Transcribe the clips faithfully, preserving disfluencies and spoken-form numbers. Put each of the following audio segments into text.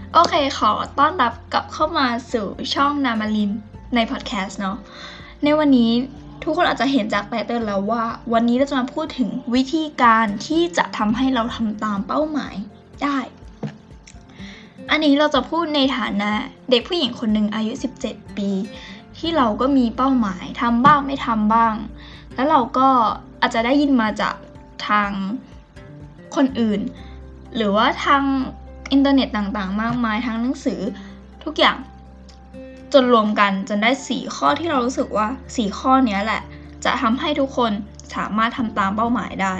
โอเคขอต้อนรับกลับเข้ามาสู่ช่องนามารินในพอดแคสต์เนาะในวันนี้ทุกคนอาจจะเห็นจากไตเติ้ลแล้วว่าวันนี้เราจะมาพูดถึงวิธีการที่จะทำให้เราทำตามเป้าหมายได้อันนี้เราจะพูดในฐานะเด็กผู้หญิงคนหนึ่งอายุสิบเจ็ดปีที่เราก็มีเป้าหมายทำบ้างไม่ทำบ้างแล้วเราก็อาจจะได้ยินมาจากทางคนอื่นหรือว่าทางอินเทอร์เน็ตต่างๆมากมายทั้งหนังสือทุกอย่างจนรวมกันจนได้สี่ข้อที่เรารู้สึกว่าสี่ข้อนี้แหละจะทำให้ทุกคนสามารถทำตามเป้าหมายได้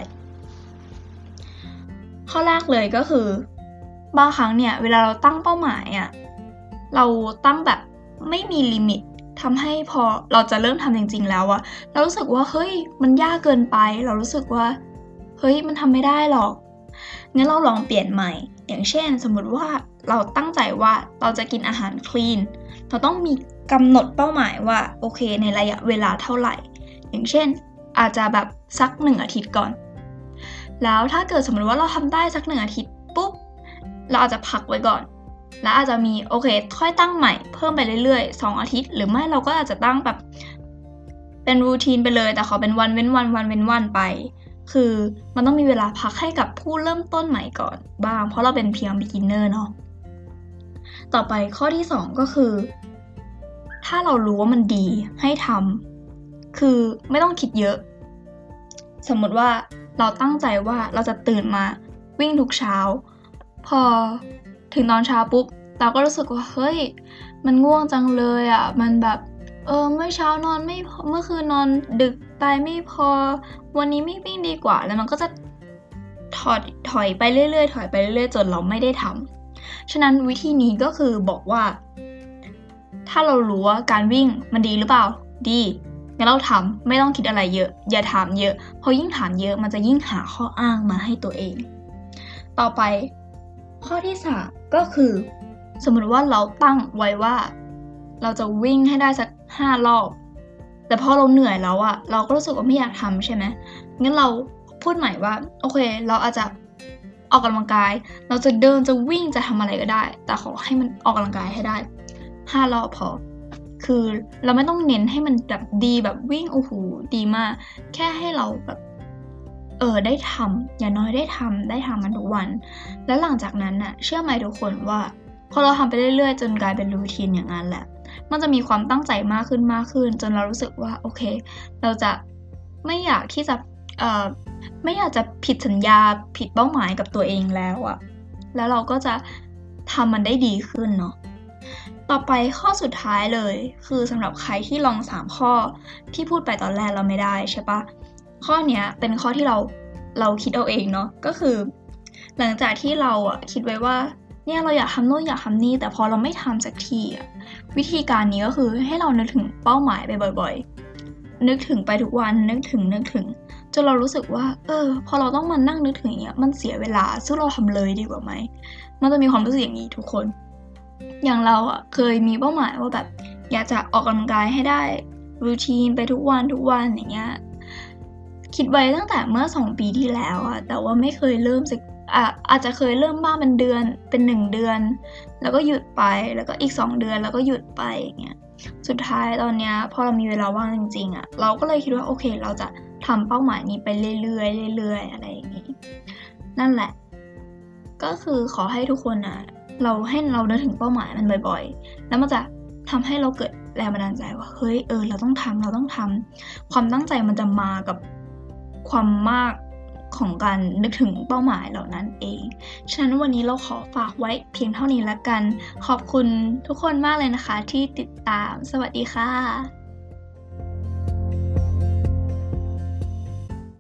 ข้อแรกเลยก็คือบางครั้งเนี่ยเวลาเราตั้งเป้าหมายอ่ะเราตั้งแบบไม่มีลิมิตทำให้พอเราจะเริ่มทำจริงๆแล้วอะเรารู้สึกว่าเฮ้ยมันยากเกินไปเรารู้สึกว่าเฮ้ยมันทำไม่ได้หรอกงั้นเราลองเปลี่ยนใหม่อย่างเช่นสมมติว่าเราตั้งใจว่าเราจะกินอาหารคลีนเราต้องมีกำหนดเป้าหมายว่าโอเคในระยะเวลาเท่าไหร่อย่างเช่นอาจจะแบบสักหนึ่งอาทิตย์ก่อนแล้วถ้าเกิดสมมติว่าเราทำได้สักหนึ่งอาทิตย์ปุ๊บเราอาจจะพักไว้ก่อนแล้วอาจจะมีโอเคค่อยตั้งใหม่เพิ่มไปเรื่อยๆสองอาทิตย์หรือไม่เราก็อาจจะตั้งแบบเป็นรูทีนไปเลยแต่ขอเป็นวันเว้นวันวันเว้นวันไปคือมันต้องมีเวลาพักให้กับผู้เริ่มต้นใหม่ก่อนบ้างเพราะเราเป็นเพียง beginner เนาะต่อไปข้อที่สองก็คือถ้าเรารู้ว่ามันดีให้ทำคือไม่ต้องคิดเยอะสมมติว่าเราตั้งใจว่าเราจะตื่นมาวิ่งทุกเช้าพอถึงตอนเช้าปุ๊บเราก็รู้สึกว่าเฮ้ยมันง่วงจังเลยอ่ะมันแบบเออเมื่อเช้านอนไม่พอเมื่อคืนนอนดึกไปไม่พอวันนี้ไม่วิ่งดีกว่าแล้วมันก็จะถอยถอยไปเรื่อยๆถอยไปเรื่อยๆจนเราไม่ได้ทำฉะนั้นวิธีนี้ก็คือบอกว่าถ้าเรารู้ว่าการวิ่งมันดีหรือเปล่าดีงั้นเราทำไม่ต้องคิดอะไรเยอะอย่าถามเยอะเพราะยิ่งถามเยอะมันจะยิ่งหาข้ออ้างมาให้ตัวเองต่อไปข้อที่สามก็คือสมมติว่าเราตั้งไว้ว่าเราจะวิ่งให้ได้สักห้ารอบแต่พอเราเหนื่อยแล้วอะเราก็รู้สึกว่าไม่อยากทำใช่ไหมงั้นเราพูดใหม่ว่าโอเคเราอาจจะออกกำลังกายเราจะเดินจะวิ่งจะทำอะไรก็ได้แต่ขอให้มันออกกำลังกายให้ได้ห้ารอบพอคือเราไม่ต้องเน้นให้มันแบบดีแบบวิ่งโอ้โหดีมากแค่ให้เราแบบเออได้ทำอย่างน้อยได้ทำได้ทำมันทุกวันแล้วหลังจากนั้นน่ะเชื่อไหมทุกคนว่าพอเราทำไปเรื่อยๆจนกลายเป็นรูทีนอย่างนั้นแหละมันจะมีความตั้งใจมากขึ้นมากขึ้นจนเรารู้สึกว่าโอเคเราจะไม่อยากที่จะเอ่อไม่อยากจะผิดสัญญาผิดเป้าหมายกับตัวเองแล้วอะแล้วเราก็จะทำมันได้ดีขึ้นเนาะต่อไปข้อสุดท้ายเลยคือสำหรับใครที่ลองสามข้อที่พูดไปตอนแรกเราไม่ได้ใช่ปะข้อเนี้ยเป็นข้อที่เราเราคิดเอาเองเนาะก็คือหลังจากที่เราอะคิดไว้ว่าเนี่ยเราอยากทำโน่นอยากทำนี่แต่พอเราไม่ทำสักทีอะวิธีการนี้ก็คือให้เรานึกถึงเป้าหมายไปบ่อยๆนึกถึงไปทุกวันนึกถึงนึกถึงจนเรารู้สึกว่าเออพอเราต้องมานั่งนึกถึงอย่างเงี้ยมันเสียเวลาซึ่งเราทำเลยดีกว่าไหมมันจะมีความรู้สึกอย่างนี้ทุกคนอย่างเราอ่ะเคยมีเป้าหมายว่าแบบอยากจะออกกำลังกายให้ได้รูทีนไปทุกวันทุกวันอย่างเงี้ยคิดไว้ตั้งแต่เมื่อสองปีที่แล้วอ่ะแต่ว่าไม่เคยเริ่มสักอ่ะอาจจะเคยเริ่มบ้างเป็นเดือนเป็นหนึ่งเดือนแล้วก็หยุดไปแล้วก็อีกสองเดือนแล้วก็หยุดไปอย่างเงี้ยสุดท้ายตอนเนี้ยพอเรามีเวลาว่างจริงๆอ่ะเราก็เลยคิดว่าโอเคเราจะทำเป้าหมายนี้ไปเรื่อยๆเรื่อยๆอะไรอย่างงี้นั่นแหละก็คือขอให้ทุกคนอ่ะเราให้เรานึกถึงเป้าหมายมันบ่อยๆแล้วมันจะทำให้เราเกิดแรงบันดาลใจว่าเฮ้ยเออเราต้องทำเราต้องทำความตั้งใจมันจะมากับความมากของการนึกถึงเป้าหมายเหล่านั้นเองฉะนั้นวันนี้เราขอฝากไว้เพียงเท่านี้ละกันขอบคุณทุกคนมากเลยนะคะที่ติดตามสวัสดีค่ะ